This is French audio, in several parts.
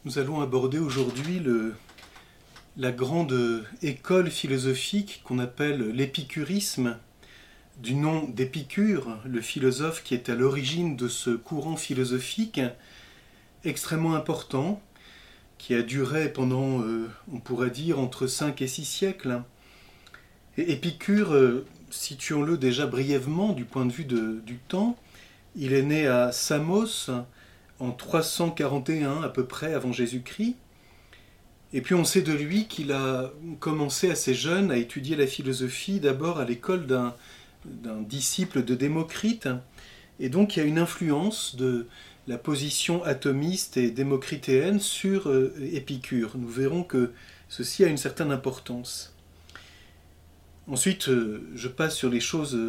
Nous allons aborder aujourd'hui la grande école philosophique qu'on appelle l'épicurisme, du nom d'Épicure, le philosophe qui est à l'origine de ce courant philosophique extrêmement important, qui a duré pendant, on pourrait dire, entre 5 et 6 siècles. Et Épicure, situons-le déjà brièvement du point de vue du temps, il est né à Samos en 341 à peu près avant Jésus-Christ. Et puis on sait de lui qu'il a commencé assez jeune à étudier la philosophie, d'abord à l'école d'un disciple de Démocrite. Et donc il y a une influence de la position atomiste et démocritéenne sur Épicure. Nous verrons que ceci a une certaine importance. Ensuite, je passe sur les choses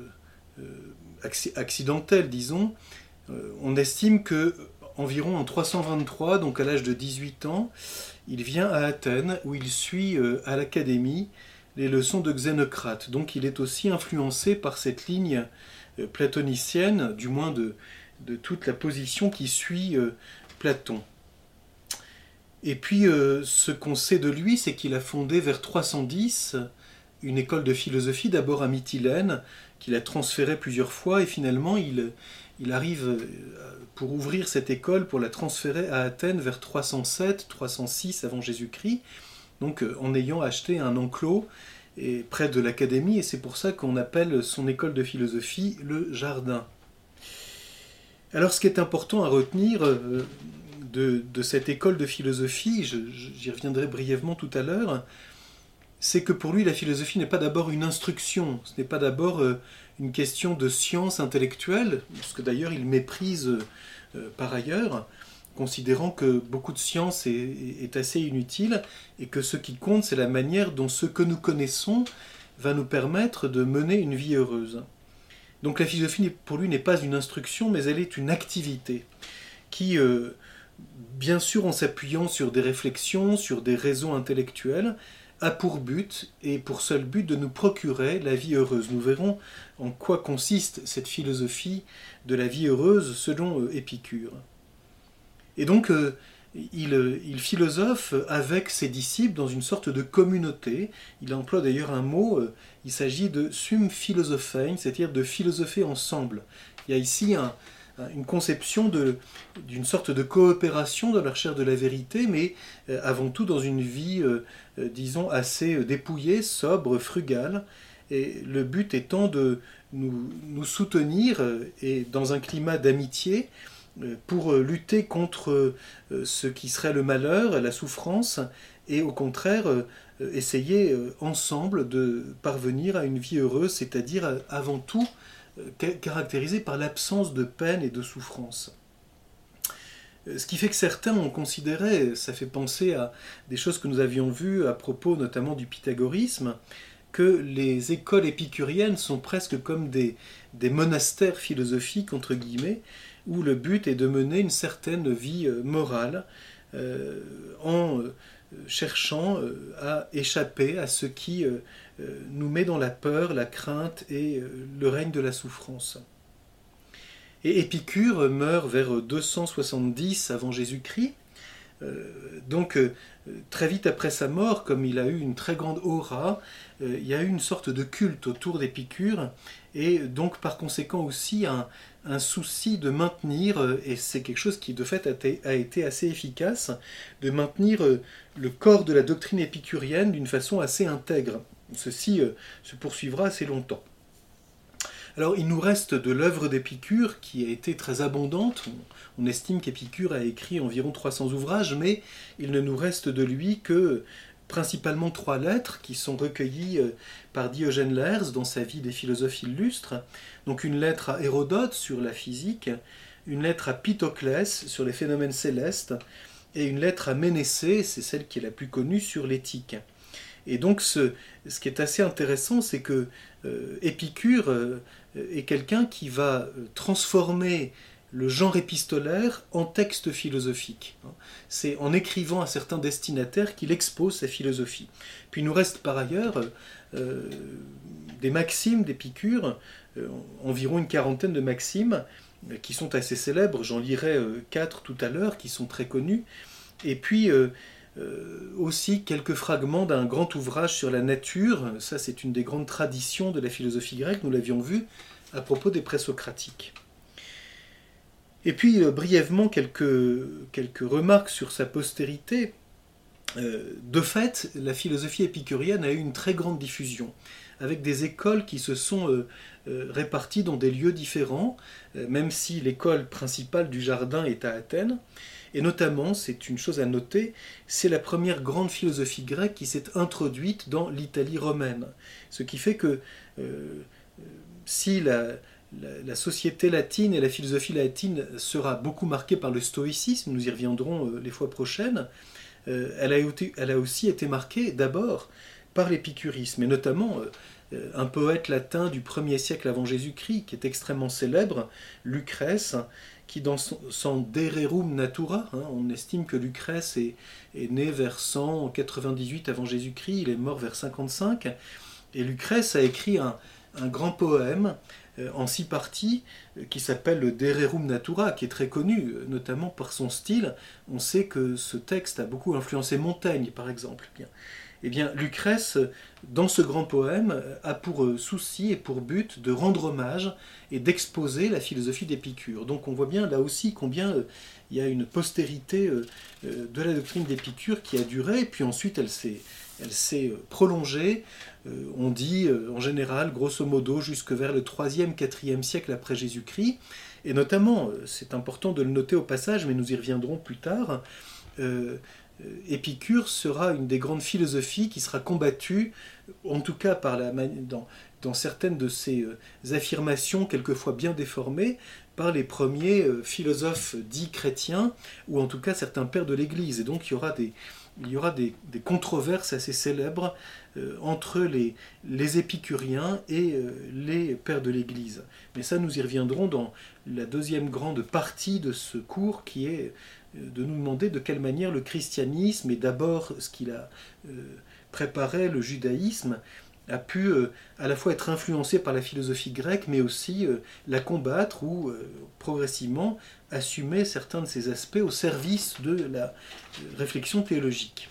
accidentelles, disons. On estime que environ en 323, donc à l'âge de 18 ans, il vient à Athènes où il suit à l'académie les leçons de Xénocrate. Donc il est aussi influencé par cette ligne platonicienne, du moins de toute la position qui suit Platon. Et puis ce qu'on sait de lui, c'est qu'il a fondé vers 310 une école de philosophie, d'abord à Mytilène, qu'il a transférée plusieurs fois, et finalement il arrive, pour ouvrir cette école, pour la transférer à Athènes vers 307, 306 avant Jésus-Christ, donc en ayant acheté un enclos près de l'académie, et c'est pour ça qu'on appelle son école de philosophie le Jardin. Alors ce qui est important à retenir de cette école de philosophie, j'y reviendrai brièvement tout à l'heure, c'est que pour lui la philosophie n'est pas d'abord une instruction, ce n'est pas d'abord une question de science intellectuelle, ce que d'ailleurs il méprise par ailleurs, considérant que beaucoup de science est assez inutile et que ce qui compte c'est la manière dont ce que nous connaissons va nous permettre de mener une vie heureuse. Donc la philosophie pour lui n'est pas une instruction, mais elle est une activité qui, bien sûr en s'appuyant sur des réflexions, sur des raisons intellectuelles, a pour but et pour seul but de nous procurer la vie heureuse. Nous verrons en quoi consiste cette philosophie de la vie heureuse selon Épicure. Et donc il philosophe avec ses disciples dans une sorte de communauté. Il emploie d'ailleurs un mot, il s'agit de sum philosophein, c'est-à-dire de philosopher ensemble. Il y a ici une conception d'une sorte de coopération dans la recherche de la vérité, mais avant tout dans une vie, disons, assez dépouillée, sobre, frugale, et le but étant de nous soutenir et dans un climat d'amitié pour lutter contre ce qui serait le malheur, la souffrance, et au contraire essayer ensemble de parvenir à une vie heureuse, c'est-à-dire avant tout caractérisée par l'absence de peine et de souffrance. Ce qui fait que certains ont considéré, ça fait penser à des choses que nous avions vues à propos notamment du pythagorisme, que les écoles épicuriennes sont presque comme des monastères philosophiques, entre guillemets, où le but est de mener une certaine vie morale en cherchant à échapper à ce qui nous met dans la peur, la crainte et le règne de la souffrance. Et Épicure meurt vers 270 avant Jésus-Christ. Donc très vite après sa mort, comme il a eu une très grande aura, il y a eu une sorte de culte autour d'Épicure, et donc par conséquent aussi un souci de maintenir, et c'est quelque chose qui de fait a été assez efficace, de maintenir le corps de la doctrine épicurienne d'une façon assez intègre. Ceci se poursuivra assez longtemps. Alors il nous reste de l'œuvre d'Épicure qui a été très abondante. On estime qu'Épicure a écrit environ 300 ouvrages, mais il ne nous reste de lui que principalement 3 lettres qui sont recueillies par Diogène Laërce dans sa vie des philosophes illustres. Donc une lettre à Hérodote sur la physique, une lettre à Pythoclès sur les phénomènes célestes, et une lettre à Ménécée, c'est celle qui est la plus connue, sur l'éthique. Et donc ce qui est assez intéressant, c'est que Épicure est quelqu'un qui va transformer le genre épistolaire en texte philosophique. C'est en écrivant à certains destinataires qu'il expose sa philosophie. Puis il nous reste par ailleurs des maximes d'Épicure, environ une quarantaine de maximes qui sont assez célèbres. J'en lirai 4 tout à l'heure, qui sont très connues. Et puis aussi quelques fragments d'un grand ouvrage sur la nature. Ça, c'est une des grandes traditions de la philosophie grecque, nous l'avions vu à propos des présocratiques. Et puis brièvement quelques remarques sur sa postérité. De fait, la philosophie épicurienne a eu une très grande diffusion, avec des écoles qui se sont réparties dans des lieux différents, même si l'école principale du jardin est à Athènes. Et notamment, c'est une chose à noter, c'est la première grande philosophie grecque qui s'est introduite dans l'Italie romaine. Ce qui fait que si la société latine et la philosophie latine sera beaucoup marquée par le stoïcisme, nous y reviendrons les fois prochaines, elle a aussi été marquée d'abord par l'épicurisme, et notamment un poète latin du 1er siècle avant Jésus-Christ, qui est extrêmement célèbre, Lucrèce, qui dans son De Rerum Natura, on estime que Lucrèce est né vers 198 avant Jésus-Christ, il est mort vers 55, et Lucrèce a écrit un grand poème en 6 parties qui s'appelle le De Rerum Natura, qui est très connu, notamment par son style. On sait que ce texte a beaucoup influencé Montaigne, par exemple. Eh bien, Lucrèce, dans ce grand poème, a pour souci et pour but de rendre hommage et d'exposer la philosophie d'Épicure. Donc on voit bien là aussi combien il y a une postérité de la doctrine d'Épicure qui a duré, et puis ensuite elle s'est prolongée, on dit en général, grosso modo, jusque vers le 3e, 4e siècle après Jésus-Christ. Et notamment, c'est important de le noter au passage, mais nous y reviendrons plus tard, Épicure sera une des grandes philosophies qui sera combattue, en tout cas dans certaines de ses affirmations, quelquefois bien déformées, par les premiers philosophes dits chrétiens, ou en tout cas certains pères de l'Église. Et donc il y aura des controverses assez célèbres entre les épicuriens et les pères de l'Église. Mais ça, nous y reviendrons dans la deuxième grande partie de ce cours, qui est de nous demander de quelle manière le christianisme, et d'abord ce qu'il a préparé, le judaïsme, a pu à la fois être influencé par la philosophie grecque, mais aussi la combattre ou progressivement assumer certains de ces aspects au service de la réflexion théologique.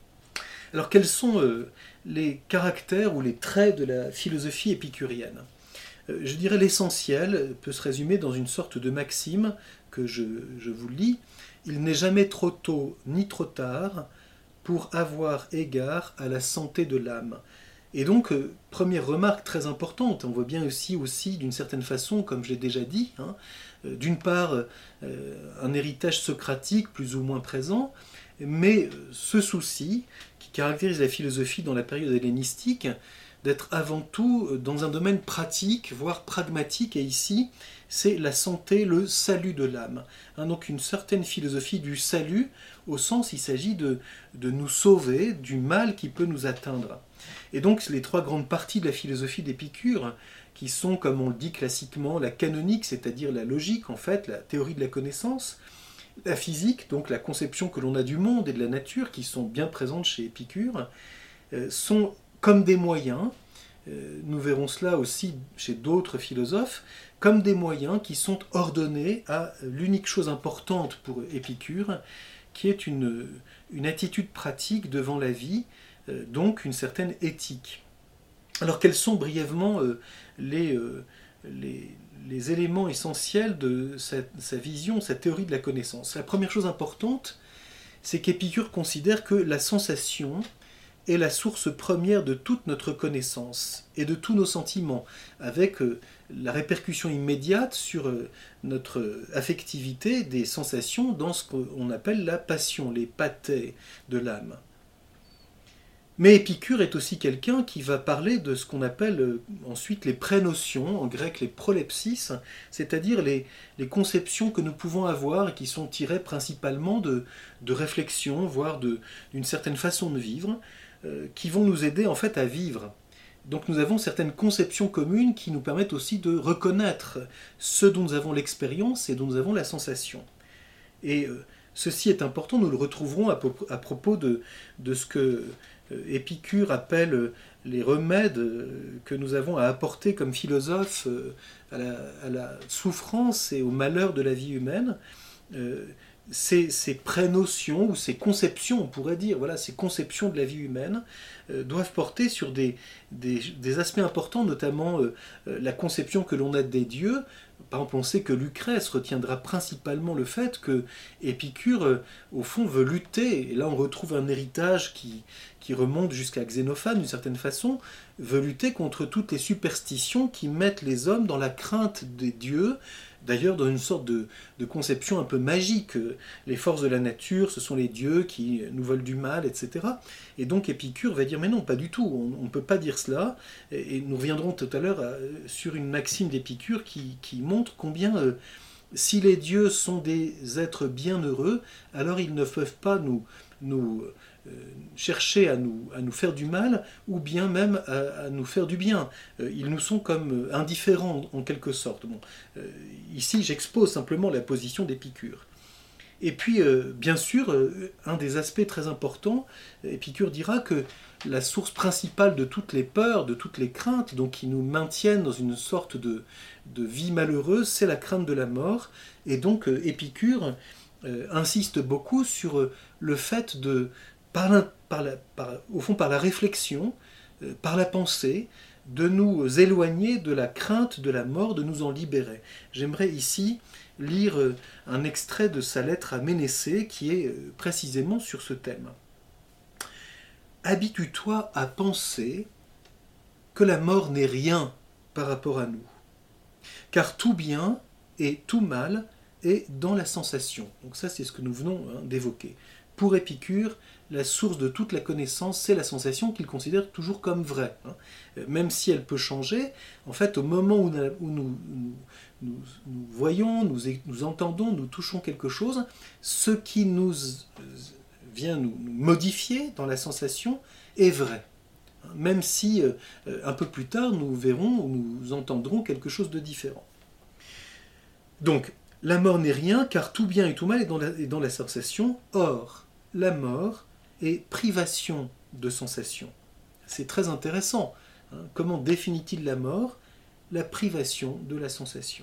Alors quels sont les caractères ou les traits de la philosophie épicurienne ? Je dirais l'essentiel peut se résumer dans une sorte de maxime que je vous lis. Il n'est jamais trop tôt ni trop tard pour avoir égard à la santé de l'âme. Et donc, première remarque très importante, on voit bien aussi d'une certaine façon, comme je l'ai déjà dit, d'une part un héritage socratique plus ou moins présent, mais ce souci qui caractérise la philosophie dans la période hellénistique, d'être avant tout dans un domaine pratique, voire pragmatique, et ici, c'est la santé, le salut de l'âme. Donc une certaine philosophie du salut, au sens il s'agit de nous sauver du mal qui peut nous atteindre. Et donc les 3 grandes parties de la philosophie d'Épicure, qui sont, comme on le dit classiquement, la canonique, c'est-à-dire la logique, en fait, la théorie de la connaissance, la physique, donc la conception que l'on a du monde et de la nature, qui sont bien présentes chez Épicure, sont comme des moyens, nous verrons cela aussi chez d'autres philosophes, comme des moyens qui sont ordonnés à l'unique chose importante pour Épicure, qui est une attitude pratique devant la vie, donc une certaine éthique. Alors quels sont brièvement les éléments essentiels de sa vision, sa théorie de la connaissance ? La première chose importante, c'est qu'Épicure considère que la sensation est la source première de toute notre connaissance et de tous nos sentiments, avec la répercussion immédiate sur notre affectivité des sensations dans ce qu'on appelle la passion, les pathés de l'âme. Mais Épicure est aussi quelqu'un qui va parler de ce qu'on appelle ensuite les prénotions, en grec les prolepsis, c'est-à-dire les conceptions que nous pouvons avoir et qui sont tirées principalement de réflexions, voire d'une certaine façon de vivre, qui vont nous aider en fait à vivre. Donc nous avons certaines conceptions communes qui nous permettent aussi de reconnaître ce dont nous avons l'expérience et dont nous avons la sensation. Et ceci est important, nous le retrouverons à propos de ce que Épicure appelle les remèdes que nous avons à apporter comme philosophes à la souffrance et au malheur de la vie humaine. ces prénotions ou ces conceptions, on pourrait dire, voilà, ces conceptions de la vie humaine doivent porter sur des aspects importants, notamment la conception que l'on a des dieux. Par exemple, on sait que Lucrèce retiendra principalement le fait que Épicure, au fond, veut lutter, et là on retrouve un héritage qui remonte jusqu'à Xénophane d'une certaine façon, veut lutter contre toutes les superstitions qui mettent les hommes dans la crainte des dieux, d'ailleurs dans une sorte de conception un peu magique. Les forces de la nature, ce sont les dieux qui nous veulent du mal, etc. Et donc Épicure va dire, mais non, pas du tout, on ne peut pas dire cela, et nous reviendrons tout à l'heure sur une maxime d'Épicure qui montre combien, si les dieux sont des êtres bienheureux, alors ils ne peuvent pas nous chercher à nous faire du mal, ou bien même à nous faire du bien. Ils nous sont comme indifférents en quelque sorte. Bon, ici, j'expose simplement la position d'Épicure. Et puis, bien sûr, un des aspects très importants, Épicure dira que la source principale de toutes les peurs, de toutes les craintes, donc qui nous maintiennent dans une sorte de vie malheureuse, c'est la crainte de la mort. Et donc, Épicure insiste beaucoup sur le fait de, au fond, par la réflexion, par la pensée, de nous éloigner de la crainte de la mort, de nous en libérer. J'aimerais ici lire un extrait de sa lettre à Ménécée qui est précisément sur ce thème. Habitue-toi à penser que la mort n'est rien par rapport à nous, car tout bien et tout mal est dans la sensation. Donc ça, c'est ce que nous venons d'évoquer. Pour Épicure, la source de toute la connaissance, c'est la sensation qu'il considère toujours comme vraie. Même si elle peut changer, en fait, au moment où nous voyons, nous entendons, nous touchons quelque chose, ce qui nous vient nous modifier dans la sensation est vrai. Même si, un peu plus tard, nous verrons ou nous entendrons quelque chose de différent. Donc, la mort n'est rien, car tout bien et tout mal est dans la sensation. Or, la mort est privation de sensation. C'est très intéressant. Comment définit-il la mort? La privation de la sensation.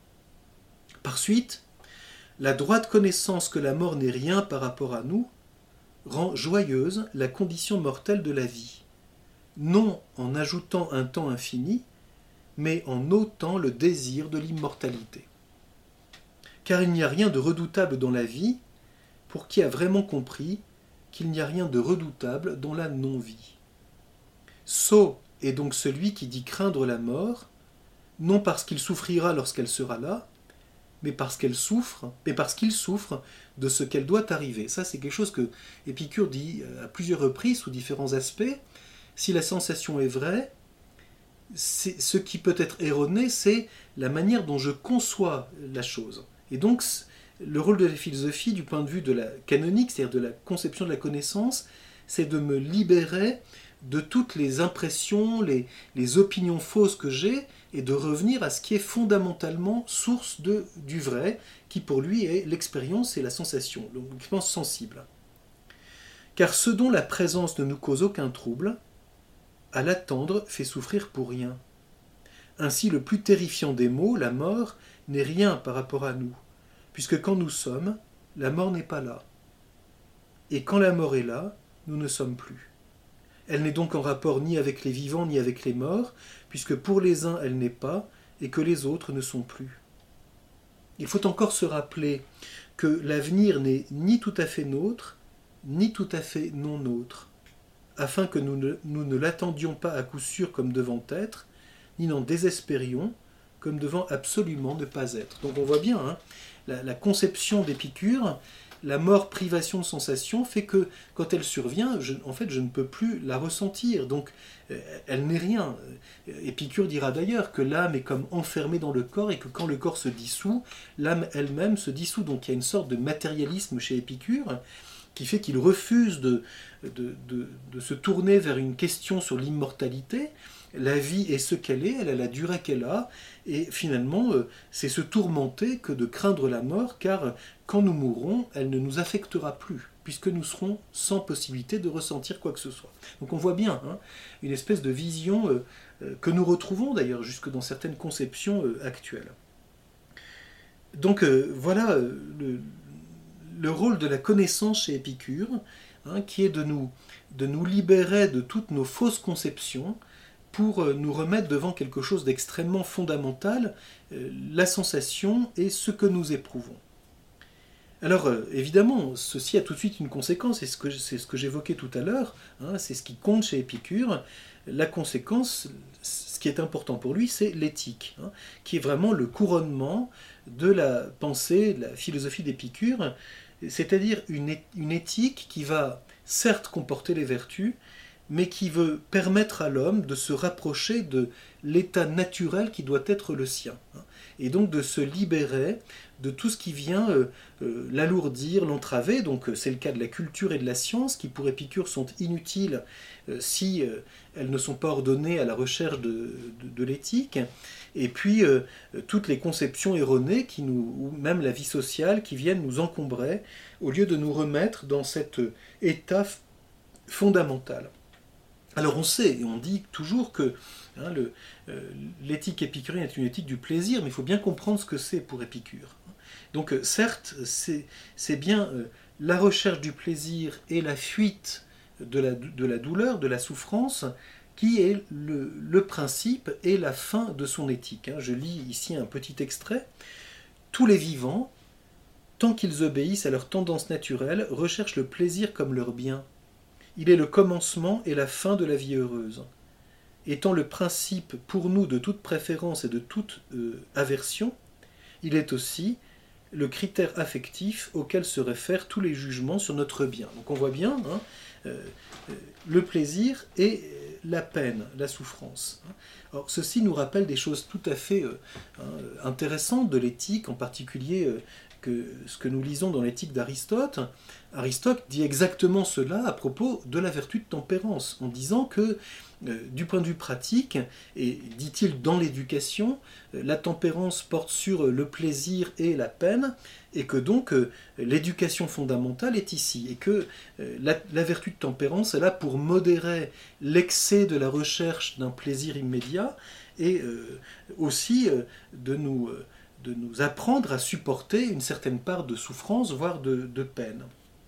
Par suite, la droite connaissance que la mort n'est rien par rapport à nous rend joyeuse la condition mortelle de la vie, non en ajoutant un temps infini, mais en ôtant le désir de l'immortalité. Car il n'y a rien de redoutable dans la vie pour qui a vraiment compris qu'il n'y a rien de redoutable dans la non-vie. Sot est donc celui qui dit craindre la mort, non parce qu'il souffrira lorsqu'elle sera là, mais parce qu'il souffre de ce qu'elle doit arriver. Ça, c'est quelque chose que Épicure dit à plusieurs reprises, sous différents aspects. Si la sensation est vraie, ce qui peut être erroné, c'est la manière dont je conçois la chose. Et donc, le rôle de la philosophie, du point de vue de la canonique, c'est-à-dire de la conception de la connaissance, c'est de me libérer de toutes les impressions, les opinions fausses que j'ai, et de revenir à ce qui est fondamentalement source du vrai, qui pour lui est l'expérience et la sensation, donc l'expérience sensible. Car ce dont la présence ne nous cause aucun trouble, à l'attendre fait souffrir pour rien. Ainsi le plus terrifiant des maux, la mort, n'est rien par rapport à nous, puisque quand nous sommes, la mort n'est pas là. Et quand la mort est là, nous ne sommes plus. Elle n'est donc en rapport ni avec les vivants ni avec les morts, puisque pour les uns elle n'est pas, et que les autres ne sont plus. Il faut encore se rappeler que l'avenir n'est ni tout à fait nôtre, ni tout à fait non nôtre, afin que nous ne l'attendions pas à coup sûr comme devant être, ni n'en désespérions comme devant absolument ne pas être. Donc on voit bien, la conception d'Épicure, la mort privation de sensation, fait que quand elle survient, je ne peux plus la ressentir. Donc elle n'est rien. Épicure dira d'ailleurs que l'âme est comme enfermée dans le corps et que quand le corps se dissout, l'âme elle-même se dissout. Donc il y a une sorte de matérialisme chez Épicure qui fait qu'il refuse de se tourner vers une question sur l'immortalité. La vie est ce qu'elle est, elle a la durée qu'elle a, et finalement, c'est se tourmenter que de craindre la mort, car quand nous mourrons, elle ne nous affectera plus, puisque nous serons sans possibilité de ressentir quoi que ce soit. Donc on voit bien une espèce de vision que nous retrouvons d'ailleurs jusque dans certaines conceptions actuelles. Donc voilà le rôle de la connaissance chez Épicure, qui est de nous libérer de toutes nos fausses conceptions pour nous remettre devant quelque chose d'extrêmement fondamental, la sensation et ce que nous éprouvons. Alors évidemment, ceci a tout de suite une conséquence, et c'est ce que j'évoquais tout à l'heure, c'est ce qui compte chez Épicure. La conséquence, ce qui est important pour lui, c'est l'éthique, qui est vraiment le couronnement de la pensée, de la philosophie d'Épicure, c'est-à-dire une éthique qui va certes comporter les vertus, mais qui veut permettre à l'homme de se rapprocher de l'état naturel qui doit être le sien, et donc de se libérer de tout ce qui vient l'alourdir, l'entraver. Donc c'est le cas de la culture et de la science, qui pour Épicure sont inutiles si elles ne sont pas ordonnées à la recherche de l'éthique, et puis toutes les conceptions erronées, ou même la vie sociale, qui viennent nous encombrer, au lieu de nous remettre dans cet état fondamental. Alors on sait, et on dit toujours que l'éthique épicurienne est une éthique du plaisir, mais il faut bien comprendre ce que c'est pour Épicure. Donc certes, c'est bien la recherche du plaisir et la fuite de la douleur, de la souffrance, qui est le principe et la fin de son éthique. Je lis ici un petit extrait. « Tous les vivants, tant qu'ils obéissent à leur tendance naturelle, recherchent le plaisir comme leur bien. Il est le commencement et la fin de la vie heureuse. Étant le principe pour nous de toute préférence et de toute aversion, il est aussi le critère affectif auquel se réfèrent tous les jugements sur notre bien. » Donc on voit bien le plaisir et la peine, la souffrance. Alors ceci nous rappelle des choses tout à fait intéressantes de l'éthique, en particulier ce que nous lisons dans l'éthique d'Aristote. Aristote dit exactement cela à propos de la vertu de tempérance, en disant que du point de vue pratique, et dit-il dans l'éducation, la tempérance porte sur le plaisir et la peine, et que donc l'éducation fondamentale est ici, et que la vertu de tempérance est là pour modérer l'excès de la recherche d'un plaisir immédiat, et aussi de nous apprendre à supporter une certaine part de souffrance, voire de peine.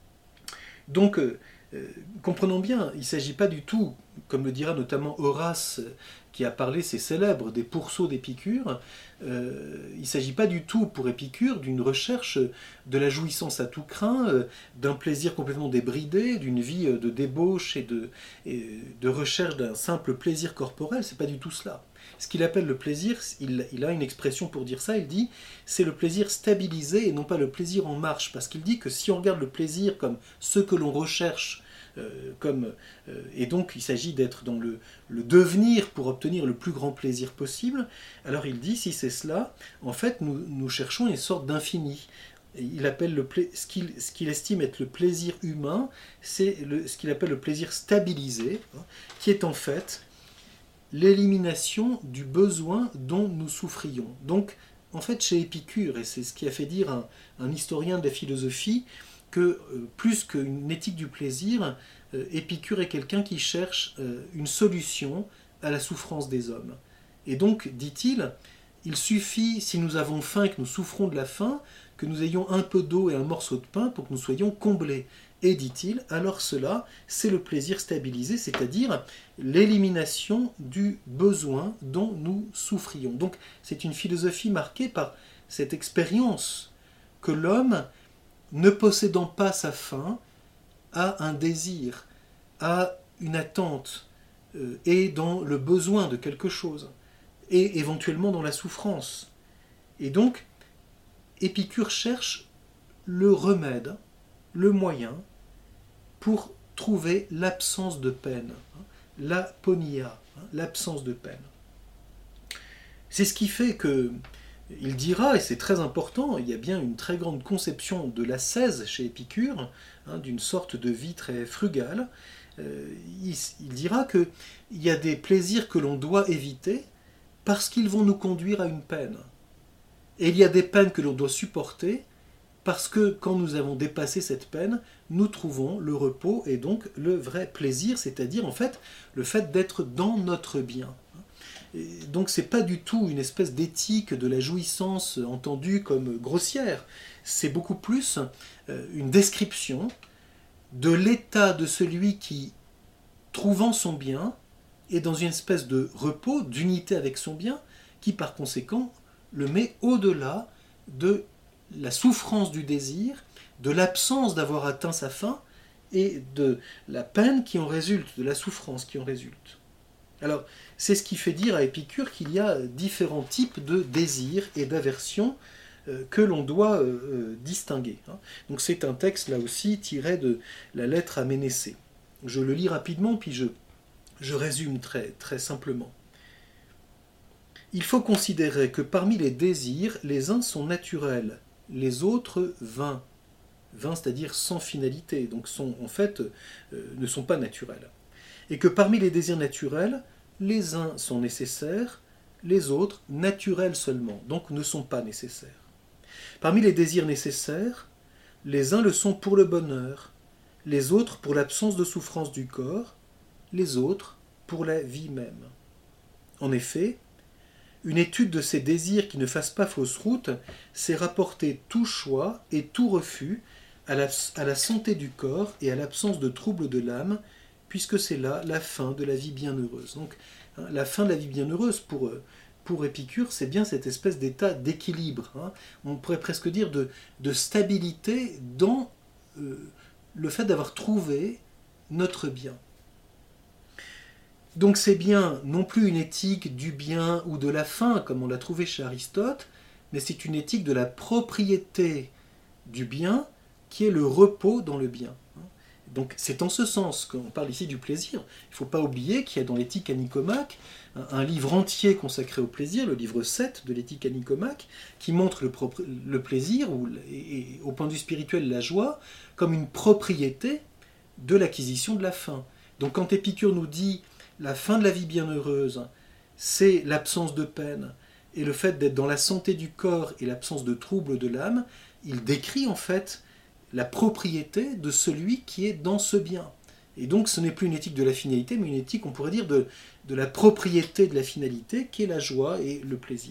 Donc, comprenons bien, il ne s'agit pas du tout, comme le dira notamment Horace, qui a parlé, c'est célèbre, des pourceaux d'Épicure, il ne s'agit pas du tout pour Épicure d'une recherche de la jouissance à tout crin, d'un plaisir complètement débridé, d'une vie de débauche et de recherche d'un simple plaisir corporel, c'est pas du tout cela. Ce qu'il appelle le plaisir, il a une expression pour dire ça, il dit c'est le plaisir stabilisé et non pas le plaisir en marche, parce qu'il dit que si on regarde le plaisir comme ce que l'on recherche, et donc il s'agit d'être dans le devenir pour obtenir le plus grand plaisir possible, alors il dit si c'est cela, en fait nous cherchons une sorte d'infini. Il appelle ce qu'il estime être le plaisir humain, c'est ce qu'il appelle le plaisir stabilisé, qui est en fait l'élimination du besoin dont nous souffrions. Donc, en fait, chez Épicure, et c'est ce qui a fait dire un historien de la philosophie, que plus qu'une éthique du plaisir, Épicure est quelqu'un qui cherche une solution à la souffrance des hommes. Et donc, dit-il, il suffit, si nous avons faim et que nous souffrons de la faim, que nous ayons un peu d'eau et un morceau de pain pour que nous soyons comblés. Et dit-il, alors cela, c'est le plaisir stabilisé, c'est-à-dire l'élimination du besoin dont nous souffrions. Donc c'est une philosophie marquée par cette expérience que l'homme, ne possédant pas sa faim, a un désir, a une attente, est dans le besoin de quelque chose, et éventuellement dans la souffrance. Et donc, Épicure cherche le remède, le moyen pour trouver l'absence de peine, l'aponia, l'absence de peine. C'est ce qui fait que, il dira, et c'est très important, il y a bien une très grande conception de l'ascèse chez Épicure, d'une sorte de vie très frugale. Il dira qu'il y a des plaisirs que l'on doit éviter parce qu'ils vont nous conduire à une peine. Et il y a des peines que l'on doit supporter parce que quand nous avons dépassé cette peine, nous trouvons le repos et donc le vrai plaisir, c'est-à-dire en fait le fait d'être dans notre bien. Et donc c'est pas du tout une espèce d'éthique de la jouissance entendue comme grossière. C'est beaucoup plus une description de l'état de celui qui, trouvant son bien, est dans une espèce de repos, d'unité avec son bien, qui par conséquent le met au-delà de la souffrance du désir, de l'absence d'avoir atteint sa fin et de la peine qui en résulte, de la souffrance qui en résulte. Alors, c'est ce qui fait dire à Épicure qu'il y a différents types de désirs et d'aversions que l'on doit distinguer. Donc c'est un texte là aussi tiré de la lettre à Ménécée. Je le lis rapidement puis je résume très, très simplement. Il faut considérer que parmi les désirs, les uns sont naturels, les autres vains. Vains, c'est-à-dire sans finalité, donc en fait ne sont pas naturels. Et que parmi les désirs naturels, les uns sont nécessaires, les autres naturels seulement, donc ne sont pas nécessaires. Parmi les désirs nécessaires, les uns le sont pour le bonheur, les autres pour l'absence de souffrance du corps, les autres pour la vie même. En effet, une étude de ces désirs qui ne fassent pas fausse route, c'est rapporter tout choix et tout refus à la santé du corps et à l'absence de troubles de l'âme, puisque c'est là la fin de la vie bienheureuse. Donc, la fin de la vie bienheureuse, pour Épicure, c'est bien cette espèce d'état d'équilibre. On pourrait presque dire de stabilité dans le fait d'avoir trouvé notre bien. Donc c'est bien non plus une éthique du bien ou de la fin, comme on l'a trouvé chez Aristote, mais c'est une éthique de la propriété du bien, qui est le repos dans le bien. Donc c'est en ce sens qu'on parle ici du plaisir. Il ne faut pas oublier qu'il y a dans l'éthique à Nicomaque un livre entier consacré au plaisir, le livre 7 de l'éthique à Nicomaque, qui montre le plaisir, et au point de vue spirituel la joie, comme une propriété de l'acquisition de la fin. Donc quand Épicure nous dit la fin de la vie bienheureuse, c'est l'absence de peine, et le fait d'être dans la santé du corps et l'absence de troubles de l'âme, il décrit en fait la propriété de celui qui est dans ce bien. Et donc ce n'est plus une éthique de la finalité, mais une éthique, on pourrait dire, de la propriété de la finalité, qui est la joie et le plaisir.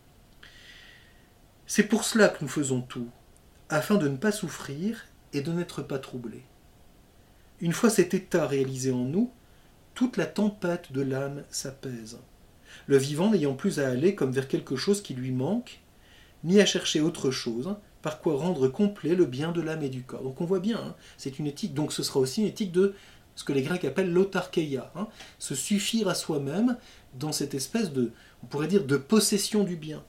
C'est pour cela que nous faisons tout, afin de ne pas souffrir et de n'être pas troublés. Une fois cet état réalisé en nous, toute la tempête de l'âme s'apaise, le vivant n'ayant plus à aller comme vers quelque chose qui lui manque, ni à chercher autre chose, par quoi rendre complet le bien de l'âme et du corps. Donc on voit bien, c'est une éthique, donc ce sera aussi une éthique de ce que les Grecs appellent l'autarkeia, se suffire à soi-même dans cette espèce de, on pourrait dire, de possession du bien.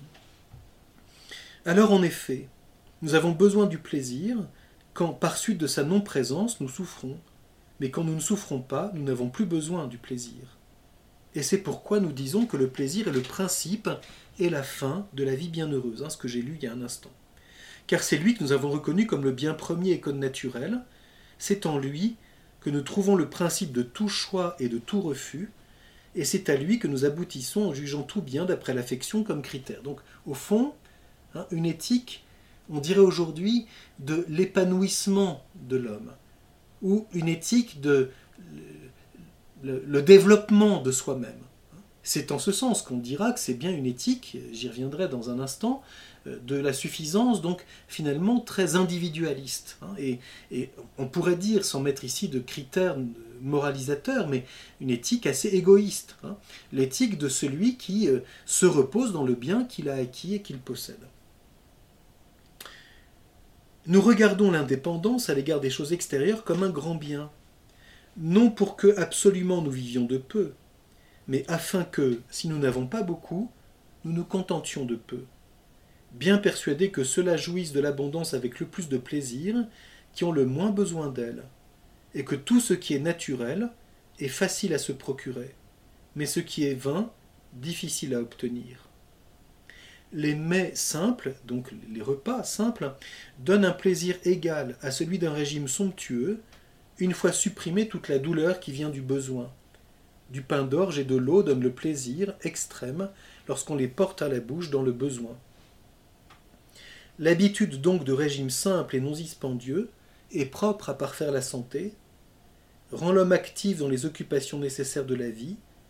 Alors en effet, nous avons besoin du plaisir quand, par suite de sa non-présence, nous souffrons, mais quand nous ne souffrons pas, nous n'avons plus besoin du plaisir. Et c'est pourquoi nous disons que le plaisir est le principe et la fin de la vie bienheureuse, ce que j'ai lu il y a un instant. Car c'est lui que nous avons reconnu comme le bien premier et code naturel, c'est en lui que nous trouvons le principe de tout choix et de tout refus, et c'est à lui que nous aboutissons en jugeant tout bien d'après l'affection comme critère. Donc au fond, une éthique, on dirait aujourd'hui, de l'épanouissement de l'homme, ou une éthique de le développement de soi-même. C'est en ce sens qu'on dira que c'est bien une éthique, j'y reviendrai dans un instant, de la suffisance, donc finalement très individualiste. Et on pourrait dire, sans mettre ici de critères moralisateurs, mais une éthique assez égoïste. L'éthique de celui qui se repose dans le bien qu'il a acquis et qu'il possède. Nous regardons l'indépendance à l'égard des choses extérieures comme un grand bien, non pour que absolument nous vivions de peu, mais afin que, si nous n'avons pas beaucoup, nous nous contentions de peu, bien persuadés que ceux-là jouissent de l'abondance avec le plus de plaisir, qui ont le moins besoin d'elle, et que tout ce qui est naturel est facile à se procurer, mais ce qui est vain, difficile à obtenir. Les mets simples, donc les repas simples, donnent un plaisir égal à celui d'un régime somptueux, une fois supprimée toute la douleur qui vient du besoin. Du pain d'orge et de l'eau donnent le plaisir extrême lorsqu'on les porte à la bouche dans le besoin. L'habitude donc de régime simple et non dispendieux est propre à parfaire la santé, rend l'homme actif dans les occupations nécessaires de la vie,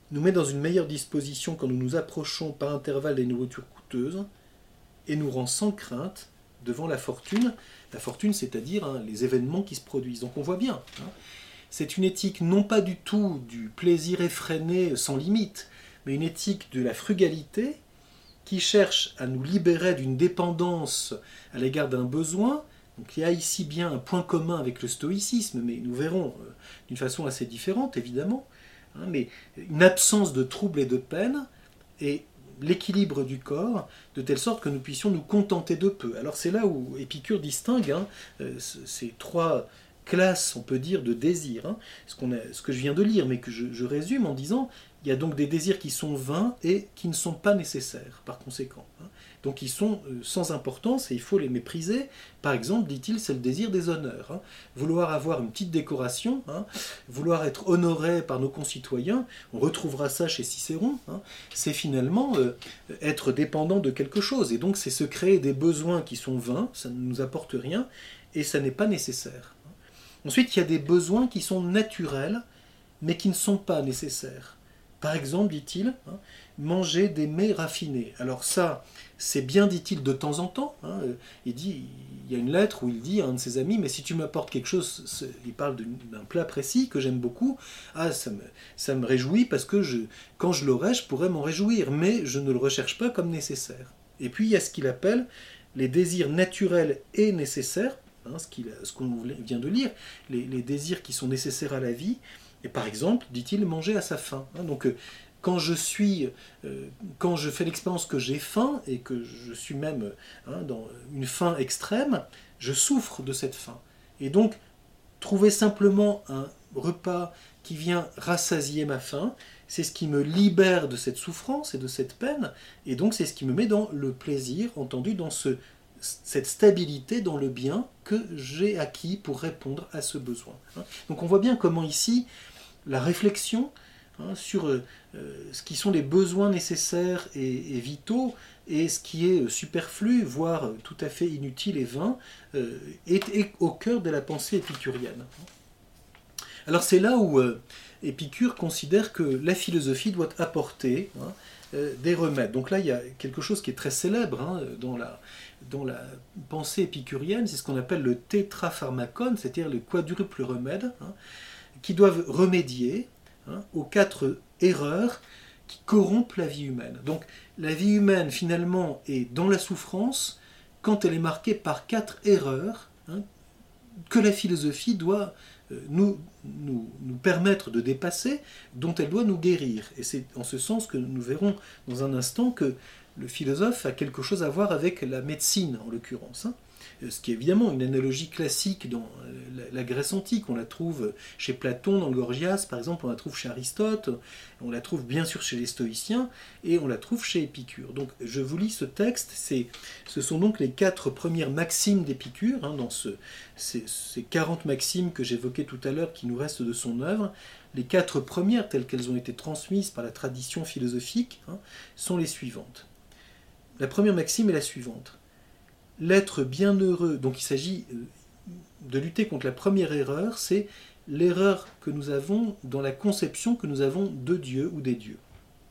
nous met dans une meilleure disposition quand nous nous approchons par intervalles des nourritures coûteuses, et nous rend sans crainte devant la fortune, c'est-à-dire les événements qui se produisent. Donc on voit bien, c'est une éthique non pas du tout du plaisir effréné sans limite, mais une éthique de la frugalité qui cherche à nous libérer d'une dépendance à l'égard d'un besoin. Donc il y a ici bien un point commun avec le stoïcisme, mais nous verrons d'une façon assez différente évidemment, mais une absence de trouble et de peine, et l'équilibre du corps, de telle sorte que nous puissions nous contenter de peu. Alors c'est là où Épicure distingue ces trois classes, on peut dire, de désirs, ce que je viens de lire, mais que je résume en disant, il y a donc des désirs qui sont vains et qui ne sont pas nécessaires, par conséquent. Donc ils sont sans importance et il faut les mépriser. Par exemple, dit-il, c'est le désir des honneurs. Vouloir avoir une petite décoration, vouloir être honoré par nos concitoyens, on retrouvera ça chez Cicéron, c'est finalement être dépendant de quelque chose. Et donc c'est se créer des besoins qui sont vains, ça ne nous apporte rien et ça n'est pas nécessaire. Ensuite, il y a des besoins qui sont naturels, mais qui ne sont pas nécessaires. Par exemple, dit-il, manger des mets raffinés. Alors ça, c'est bien, dit-il, de temps en temps. Il y a une lettre où il dit à un de ses amis, mais si tu m'apportes quelque chose, il parle d'un plat précis que j'aime beaucoup, ça me réjouit parce que quand je l'aurai, je pourrais m'en réjouir, mais je ne le recherche pas comme nécessaire. Et puis il y a ce qu'il appelle les désirs naturels et nécessaires, ce qu'on vient de lire, les désirs qui sont nécessaires à la vie. Et par exemple, dit-il, manger à sa faim. Donc, quand je fais l'expérience que j'ai faim, et que je suis même dans une faim extrême, je souffre de cette faim. Et donc, trouver simplement un repas qui vient rassasier ma faim, c'est ce qui me libère de cette souffrance et de cette peine, et donc c'est ce qui me met dans le plaisir, entendu dans cette stabilité dans le bien que j'ai acquis pour répondre à ce besoin. Donc on voit bien comment ici, la réflexion sur ce qui sont les besoins nécessaires et vitaux, et ce qui est superflu, voire tout à fait inutile et vain, est au cœur de la pensée épicurienne. Alors c'est là où Épicure considère que la philosophie doit apporter des remèdes. Donc là, il y a quelque chose qui est très célèbre dans la pensée épicurienne, c'est ce qu'on appelle le tétrapharmakon, c'est-à-dire le quadruple remède, qui doivent remédier aux 4 erreurs qui corrompent la vie humaine. Donc la vie humaine, finalement, est dans la souffrance quand elle est marquée par 4 erreurs que la philosophie doit nous permettre de dépasser, dont elle doit nous guérir. Et c'est en ce sens que nous verrons dans un instant que le philosophe a quelque chose à voir avec la médecine, en l'occurrence. Ce qui est évidemment une analogie classique dans la Grèce antique. On la trouve chez Platon, dans le Gorgias, par exemple, on la trouve chez Aristote, on la trouve bien sûr chez les stoïciens, et on la trouve chez Épicure. Donc je vous lis ce texte, ce sont donc les 4 premières maximes d'Épicure, dans ces 40 maximes que j'évoquais tout à l'heure qui nous restent de son œuvre. Les 4 premières, telles qu'elles ont été transmises par la tradition philosophique, sont les suivantes. La première maxime est la suivante. L'être bienheureux, donc il s'agit de lutter contre la première erreur, c'est l'erreur que nous avons dans la conception que nous avons de Dieu ou des dieux.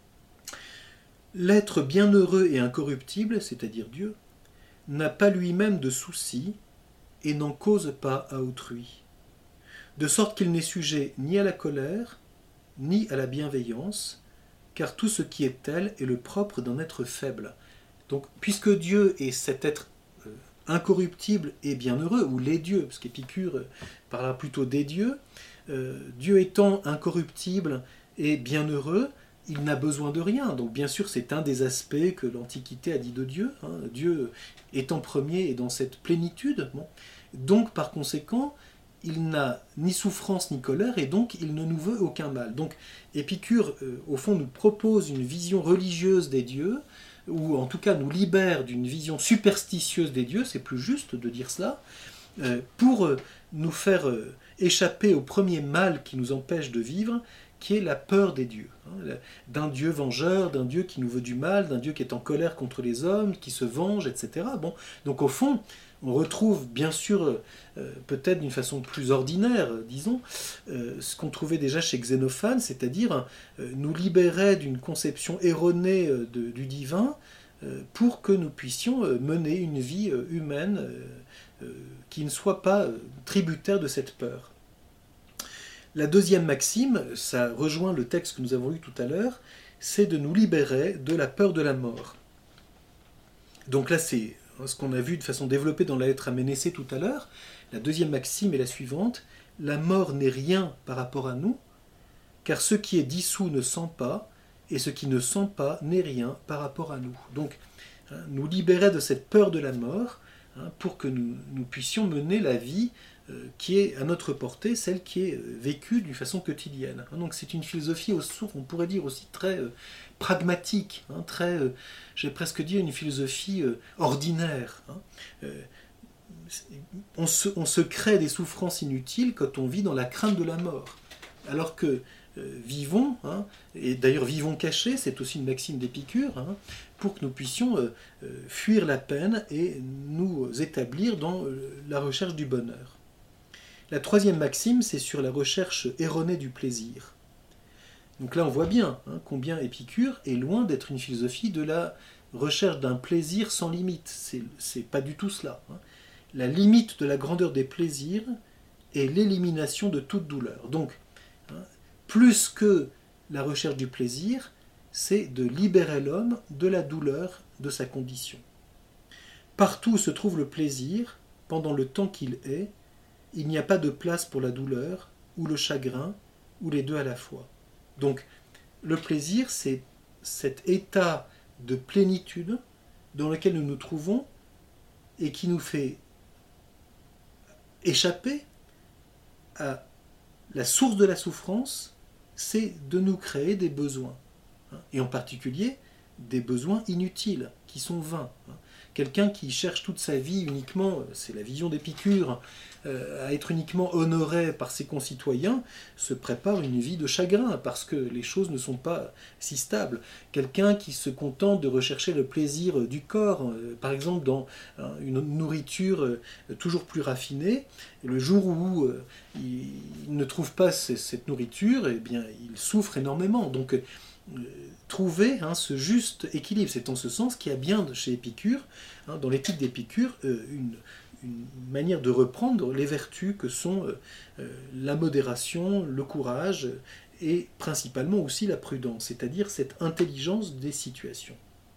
L'être bienheureux et incorruptible, c'est-à-dire Dieu, n'a pas lui-même de soucis et n'en cause pas à autrui, de sorte qu'il n'est sujet ni à la colère, ni à la bienveillance, car tout ce qui est tel est le propre d'un être faible. Donc, puisque Dieu est cet être incorruptible et bienheureux, ou les dieux, parce qu'Épicure parlera plutôt des dieux, Dieu étant incorruptible et bienheureux, il n'a besoin de rien. Donc bien sûr, c'est un des aspects que l'Antiquité a dit de Dieu. Dieu étant premier et dans cette plénitude. Donc par conséquent, il n'a ni souffrance ni colère, et donc il ne nous veut aucun mal. Donc Épicure, au fond, nous propose une vision religieuse des dieux, ou en tout cas nous libère d'une vision superstitieuse des dieux, c'est plus juste de dire cela, pour nous faire échapper au premier mal qui nous empêche de vivre, qui est la peur des dieux. D'un Dieu vengeur, d'un Dieu qui nous veut du mal, d'un Dieu qui est en colère contre les hommes, qui se venge, etc. Donc au fond, On retrouve bien sûr, peut-être d'une façon plus ordinaire, disons, ce qu'on trouvait déjà chez Xénophane, c'est-à-dire nous libérer d'une conception erronée du divin pour que nous puissions mener une vie humaine qui ne soit pas tributaire de cette peur. La deuxième maxime, ça rejoint le texte que nous avons lu tout à l'heure, c'est de nous libérer de la peur de la mort. Donc là, c'est ce qu'on a vu de façon développée dans la lettre à Ménécée tout à l'heure. La deuxième maxime est la suivante: la mort n'est rien par rapport à nous, car ce qui est dissous ne sent pas, et ce qui ne sent pas n'est rien par rapport à nous. Donc, nous libérer de cette peur de la mort, pour que nous puissions mener la vie qui est à notre portée, celle qui est vécue d'une façon quotidienne. Donc c'est une philosophie, on pourrait dire aussi très pragmatique, très, j'ai presque dit une philosophie ordinaire. On se crée des souffrances inutiles quand on vit dans la crainte de la mort. Alors que vivons, et d'ailleurs vivons cachés, c'est aussi une maxime d'Épicure, pour que nous puissions fuir la peine et nous établir dans la recherche du bonheur. La troisième maxime, c'est sur la recherche erronée du plaisir. Donc là, on voit bien combien Épicure est loin d'être une philosophie de la recherche d'un plaisir sans limite. C'est pas du tout cela. La limite de la grandeur des plaisirs est l'élimination de toute douleur. Donc, plus que la recherche du plaisir, c'est de libérer l'homme de la douleur de sa condition. Partout où se trouve le plaisir, pendant le temps qu'il est, il n'y a pas de place pour la douleur, ou le chagrin, ou les deux à la fois. Donc, le plaisir, c'est cet état de plénitude dans lequel nous nous trouvons et qui nous fait échapper à la source de la souffrance, c'est de nous créer des besoins. Et en particulier, des besoins inutiles, qui sont vains. Quelqu'un qui cherche toute sa vie uniquement, c'est la vision d'Épicure, à être uniquement honoré par ses concitoyens, se prépare une vie de chagrin, parce que les choses ne sont pas si stables. Quelqu'un qui se contente de rechercher le plaisir du corps, par exemple dans une nourriture toujours plus raffinée, et le jour où il ne trouve pas cette nourriture, eh bien, il souffre énormément. Donc, trouver ce juste équilibre. C'est en ce sens qu'il y a bien chez Épicure, dans l'éthique d'Épicure, une manière de reprendre les vertus que sont la modération, le courage et principalement aussi la prudence, c'est-à-dire cette intelligence des situations.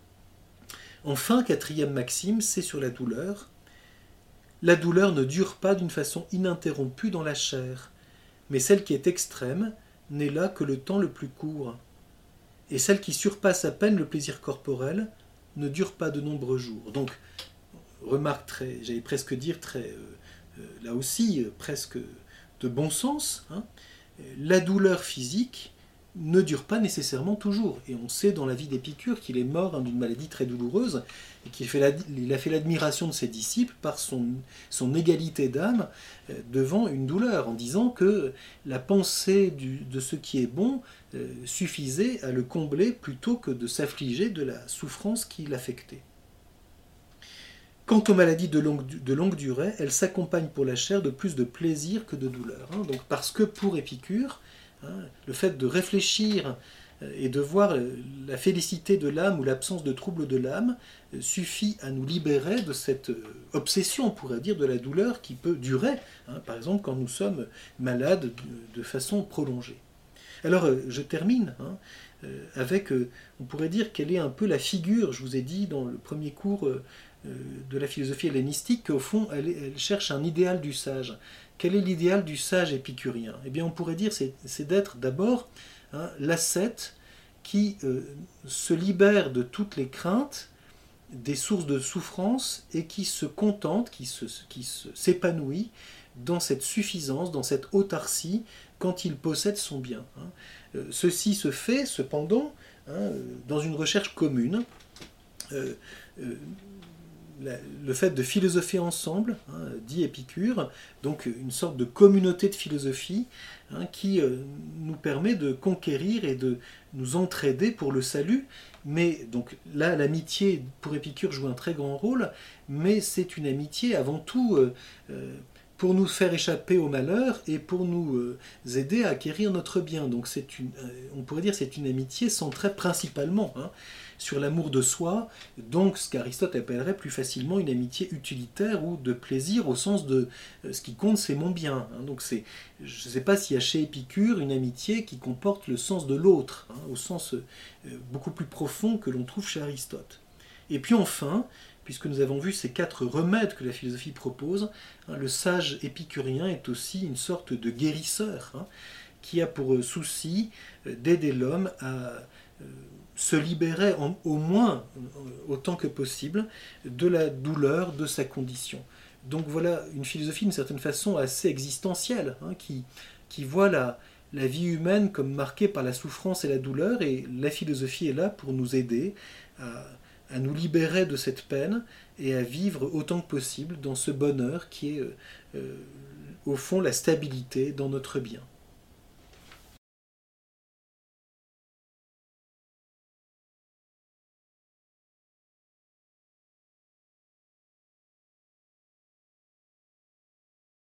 Enfin, quatrième maxime, c'est sur la douleur. La douleur ne dure pas d'une façon ininterrompue dans la chair, mais celle qui est extrême n'est là que le temps le plus court. Et celle qui surpasse à peine le plaisir corporel ne dure pas de nombreux jours. Donc, remarque j'allais presque dire là aussi, presque de bon sens, la douleur physique ne dure pas nécessairement toujours. Et on sait dans la vie d'Épicure qu'il est mort d'une maladie très douloureuse et il a fait l'admiration de ses disciples par son égalité d'âme devant une douleur, en disant que la pensée de ce qui est bon suffisait à le combler plutôt que de s'affliger de la souffrance qui l'affectait. Quant aux maladies de longue durée, elles s'accompagnent pour la chair de plus de plaisir que de douleur. Donc parce que pour Épicure, le fait de réfléchir et de voir la félicité de l'âme ou l'absence de trouble de l'âme suffit à nous libérer de cette obsession, on pourrait dire, de la douleur qui peut durer, par exemple quand nous sommes malades de façon prolongée. Alors je termine avec, on pourrait dire, quelle est un peu la figure, je vous ai dit dans le premier cours de la philosophie hellénistique, qu'au fond elle cherche un idéal du sage. Quel est l'idéal du sage épicurien ? Eh bien, on pourrait dire c'est d'être d'abord l'ascète qui se libère de toutes les craintes, des sources de souffrance et qui se contente, qui s'épanouit dans cette suffisance, dans cette autarcie quand il possède son bien. Ceci se fait cependant dans une recherche commune. le fait de philosopher ensemble, dit Épicure, donc une sorte de communauté de philosophie qui nous permet de conquérir et de nous entraider pour le salut. Mais donc là, l'amitié pour Épicure joue un très grand rôle, mais c'est une amitié avant tout pour nous faire échapper au malheur et pour nous aider à acquérir notre bien. Donc on pourrait dire que c'est une amitié centrée principalement sur l'amour de soi, donc ce qu'Aristote appellerait plus facilement une amitié utilitaire ou de plaisir au sens de ce qui compte c'est mon bien. Donc je ne sais pas s'il y a chez Épicure une amitié qui comporte le sens de l'autre, au sens beaucoup plus profond que l'on trouve chez Aristote. Et puis enfin, puisque nous avons vu ces 4 remèdes que la philosophie propose, le sage épicurien est aussi une sorte de guérisseur qui a pour souci d'aider l'homme à se libérer au moins autant que possible de la douleur de sa condition. Donc voilà une philosophie d'une certaine façon assez existentielle qui voit la vie humaine comme marquée par la souffrance et la douleur, et la philosophie est là pour nous aider à nous libérer de cette peine et à vivre autant que possible dans ce bonheur qui est au fond la stabilité dans notre bien.